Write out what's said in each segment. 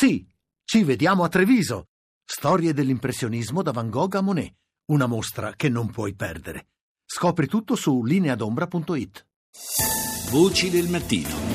Sì, ci vediamo a Treviso. Storie dell'impressionismo da Van Gogh a Monet. Una mostra che non puoi perdere. Scopri tutto su lineadombra.it. Voci del mattino.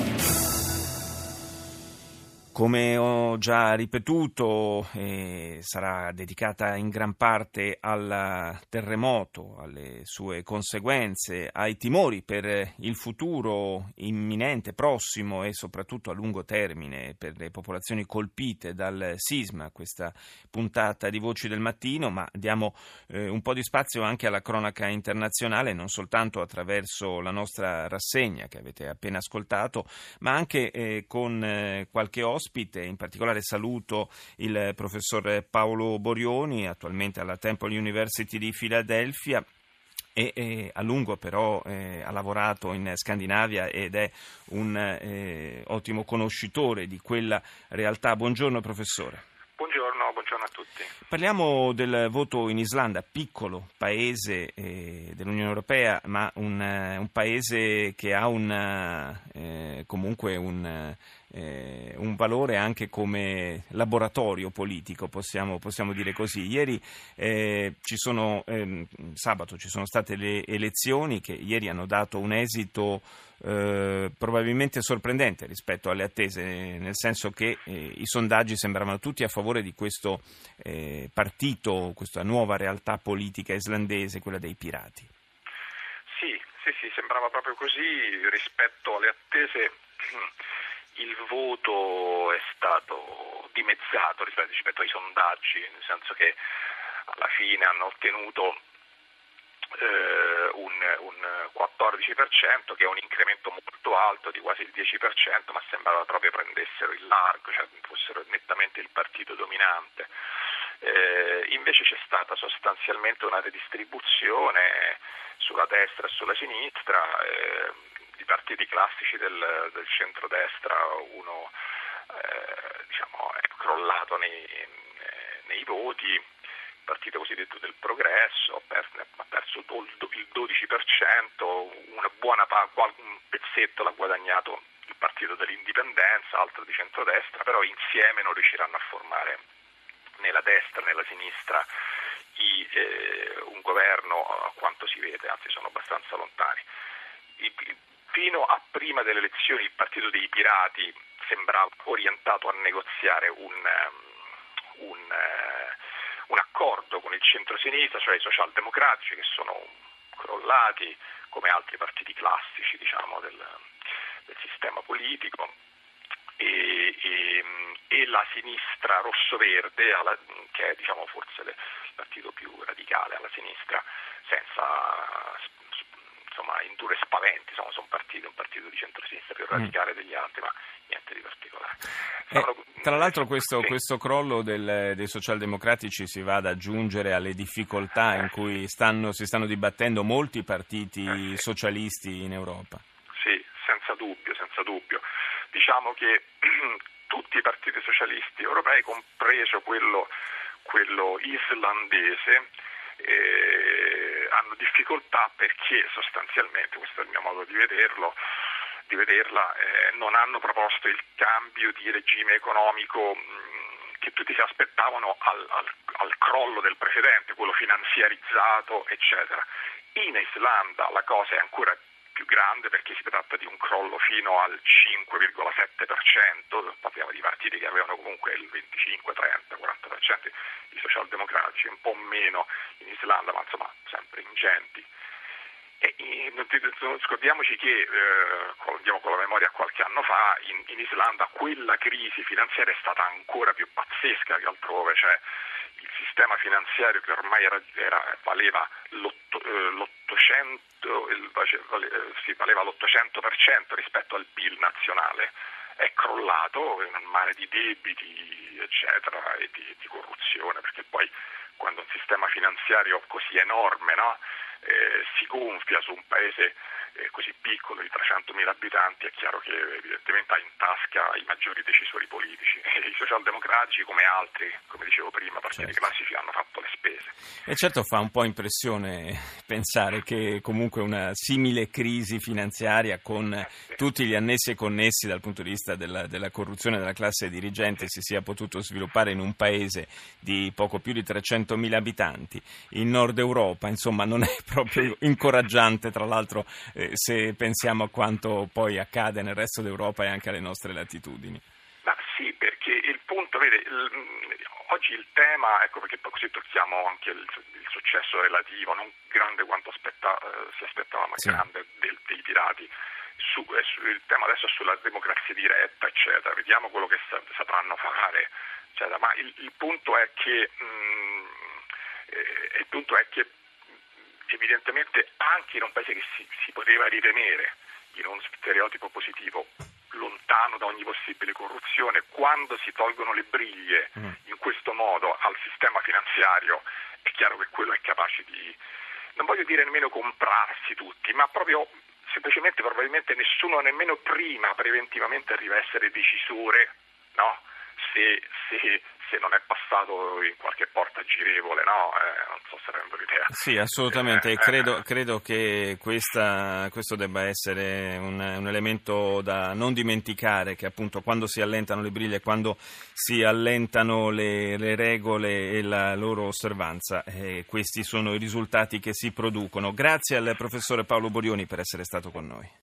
Come ho già ripetuto, sarà dedicata in gran parte al terremoto, alle sue conseguenze, ai timori per il futuro imminente, prossimo e soprattutto a lungo termine per le popolazioni colpite dal sisma. Questa puntata di Voci del Mattino, ma diamo un po' di spazio anche alla cronaca internazionale, non soltanto attraverso la nostra rassegna che avete appena ascoltato, ma anche con qualche ospite. In particolare saluto il professor Paolo Borioni, attualmente alla Temple University di Filadelfia e a lungo però ha lavorato in Scandinavia ed è un ottimo conoscitore di quella realtà. Buongiorno professore. Buongiorno a tutti. Parliamo del voto in Islanda, piccolo paese dell'Unione Europea, ma un paese che ha comunque un valore anche come laboratorio politico, possiamo dire così. Ieri sabato ci sono state le elezioni che ieri hanno dato un esito probabilmente sorprendente rispetto alle attese, nel senso che i sondaggi sembravano tutti a favore di questo partito, questa nuova realtà politica islandese, quella dei pirati. Sì, sembrava proprio così. Rispetto alle attese il voto è stato dimezzato rispetto ai sondaggi, nel senso che alla fine hanno ottenuto un 14%, che è un incremento molto alto di quasi il 10%, ma sembrava proprio prendessero il largo, cioè fossero nettamente il partito dominante. Invece c'è stata sostanzialmente una redistribuzione sulla destra e sulla sinistra. I partiti classici del centrodestra, uno è crollato nei voti. Il partito cosiddetto del progresso ha perso il 12%, un pezzetto l'ha guadagnato il partito dell'indipendenza, altro di centrodestra, però insieme non riusciranno a formare né la destra né la sinistra un governo a quanto si vede, anzi sono abbastanza lontani. Fino a prima delle elezioni il partito dei pirati sembrava orientato a negoziare un accordo con il centro-sinistra, cioè i socialdemocratici, che sono crollati come altri partiti classici, del sistema politico, e la sinistra rosso-verde, che è forse il partito più radicale alla sinistra, senza indurre spaventi, sono un partito di centro-sinistra più radicale degli altri, ma niente di particolare. Tra l'altro questo crollo dei socialdemocratici si va ad aggiungere alle difficoltà in cui si stanno dibattendo molti partiti socialisti in Europa. Sì, senza dubbio. Diciamo che tutti i partiti socialisti europei, compreso quello islandese, hanno difficoltà perché sostanzialmente, questo è il mio modo di vederla, non hanno proposto il cambio di regime economico che tutti si aspettavano al crollo del precedente, quello finanziarizzato, eccetera. In Islanda la cosa è ancora più grande perché si tratta di un crollo fino al 5,7%, parliamo di partiti che avevano comunque il 25, 30, 40%, i socialdemocratici un po' meno in Islanda, ma insomma sempre ingenti. Non scordiamoci che, andiamo con la memoria a qualche anno fa, in Islanda quella crisi finanziaria è stata ancora più pazzesca che altrove, cioè il sistema finanziario che ormai valeva l'800% rispetto al PIL nazionale, è crollato in un mare di debiti, eccetera, e di corruzione, perché poi quando un sistema finanziario così enorme, si gonfia su un paese così piccolo di 300.000 abitanti, è chiaro che evidentemente ha in tasca i maggiori decisori politici. E i socialdemocratici, come altri, come dicevo prima, partiti classici, hanno fatto le spese. paese. E certo fa un po' impressione pensare che comunque una simile crisi finanziaria con tutti gli annessi e connessi dal punto di vista della corruzione della classe dirigente si sia potuto sviluppare in un paese di poco più di 300.000 abitanti in Nord Europa, insomma non è proprio incoraggiante, tra l'altro se pensiamo a quanto poi accade nel resto d'Europa e anche alle nostre latitudini. Ma sì, perché il punto, vede, oggi il tema, ecco perché poi così tocchiamo anche il successo relativo, non grande quanto si aspettava, ma sì, grande dei pirati. Il tema adesso è sulla democrazia diretta, eccetera. Vediamo quello che sapranno fare, eccetera. Ma il punto è che evidentemente anche in un paese che si poteva ritenere in uno stereotipo positivo, lontano da ogni possibile corruzione, quando si tolgono le briglie in questo modo al sistema finanziario, è chiaro che quello è capace di, non voglio dire nemmeno comprarsi tutti, ma proprio semplicemente probabilmente nessuno nemmeno prima preventivamente arriva a essere decisore, no? Se non è passato in qualche porta girevole, no? Non so se rendo l'idea. Sì, assolutamente, credo che questo debba essere un elemento da non dimenticare, che appunto quando si allentano le briglie, quando si allentano le regole e la loro osservanza, questi sono i risultati che si producono. Grazie al professore Paolo Borioni per essere stato con noi.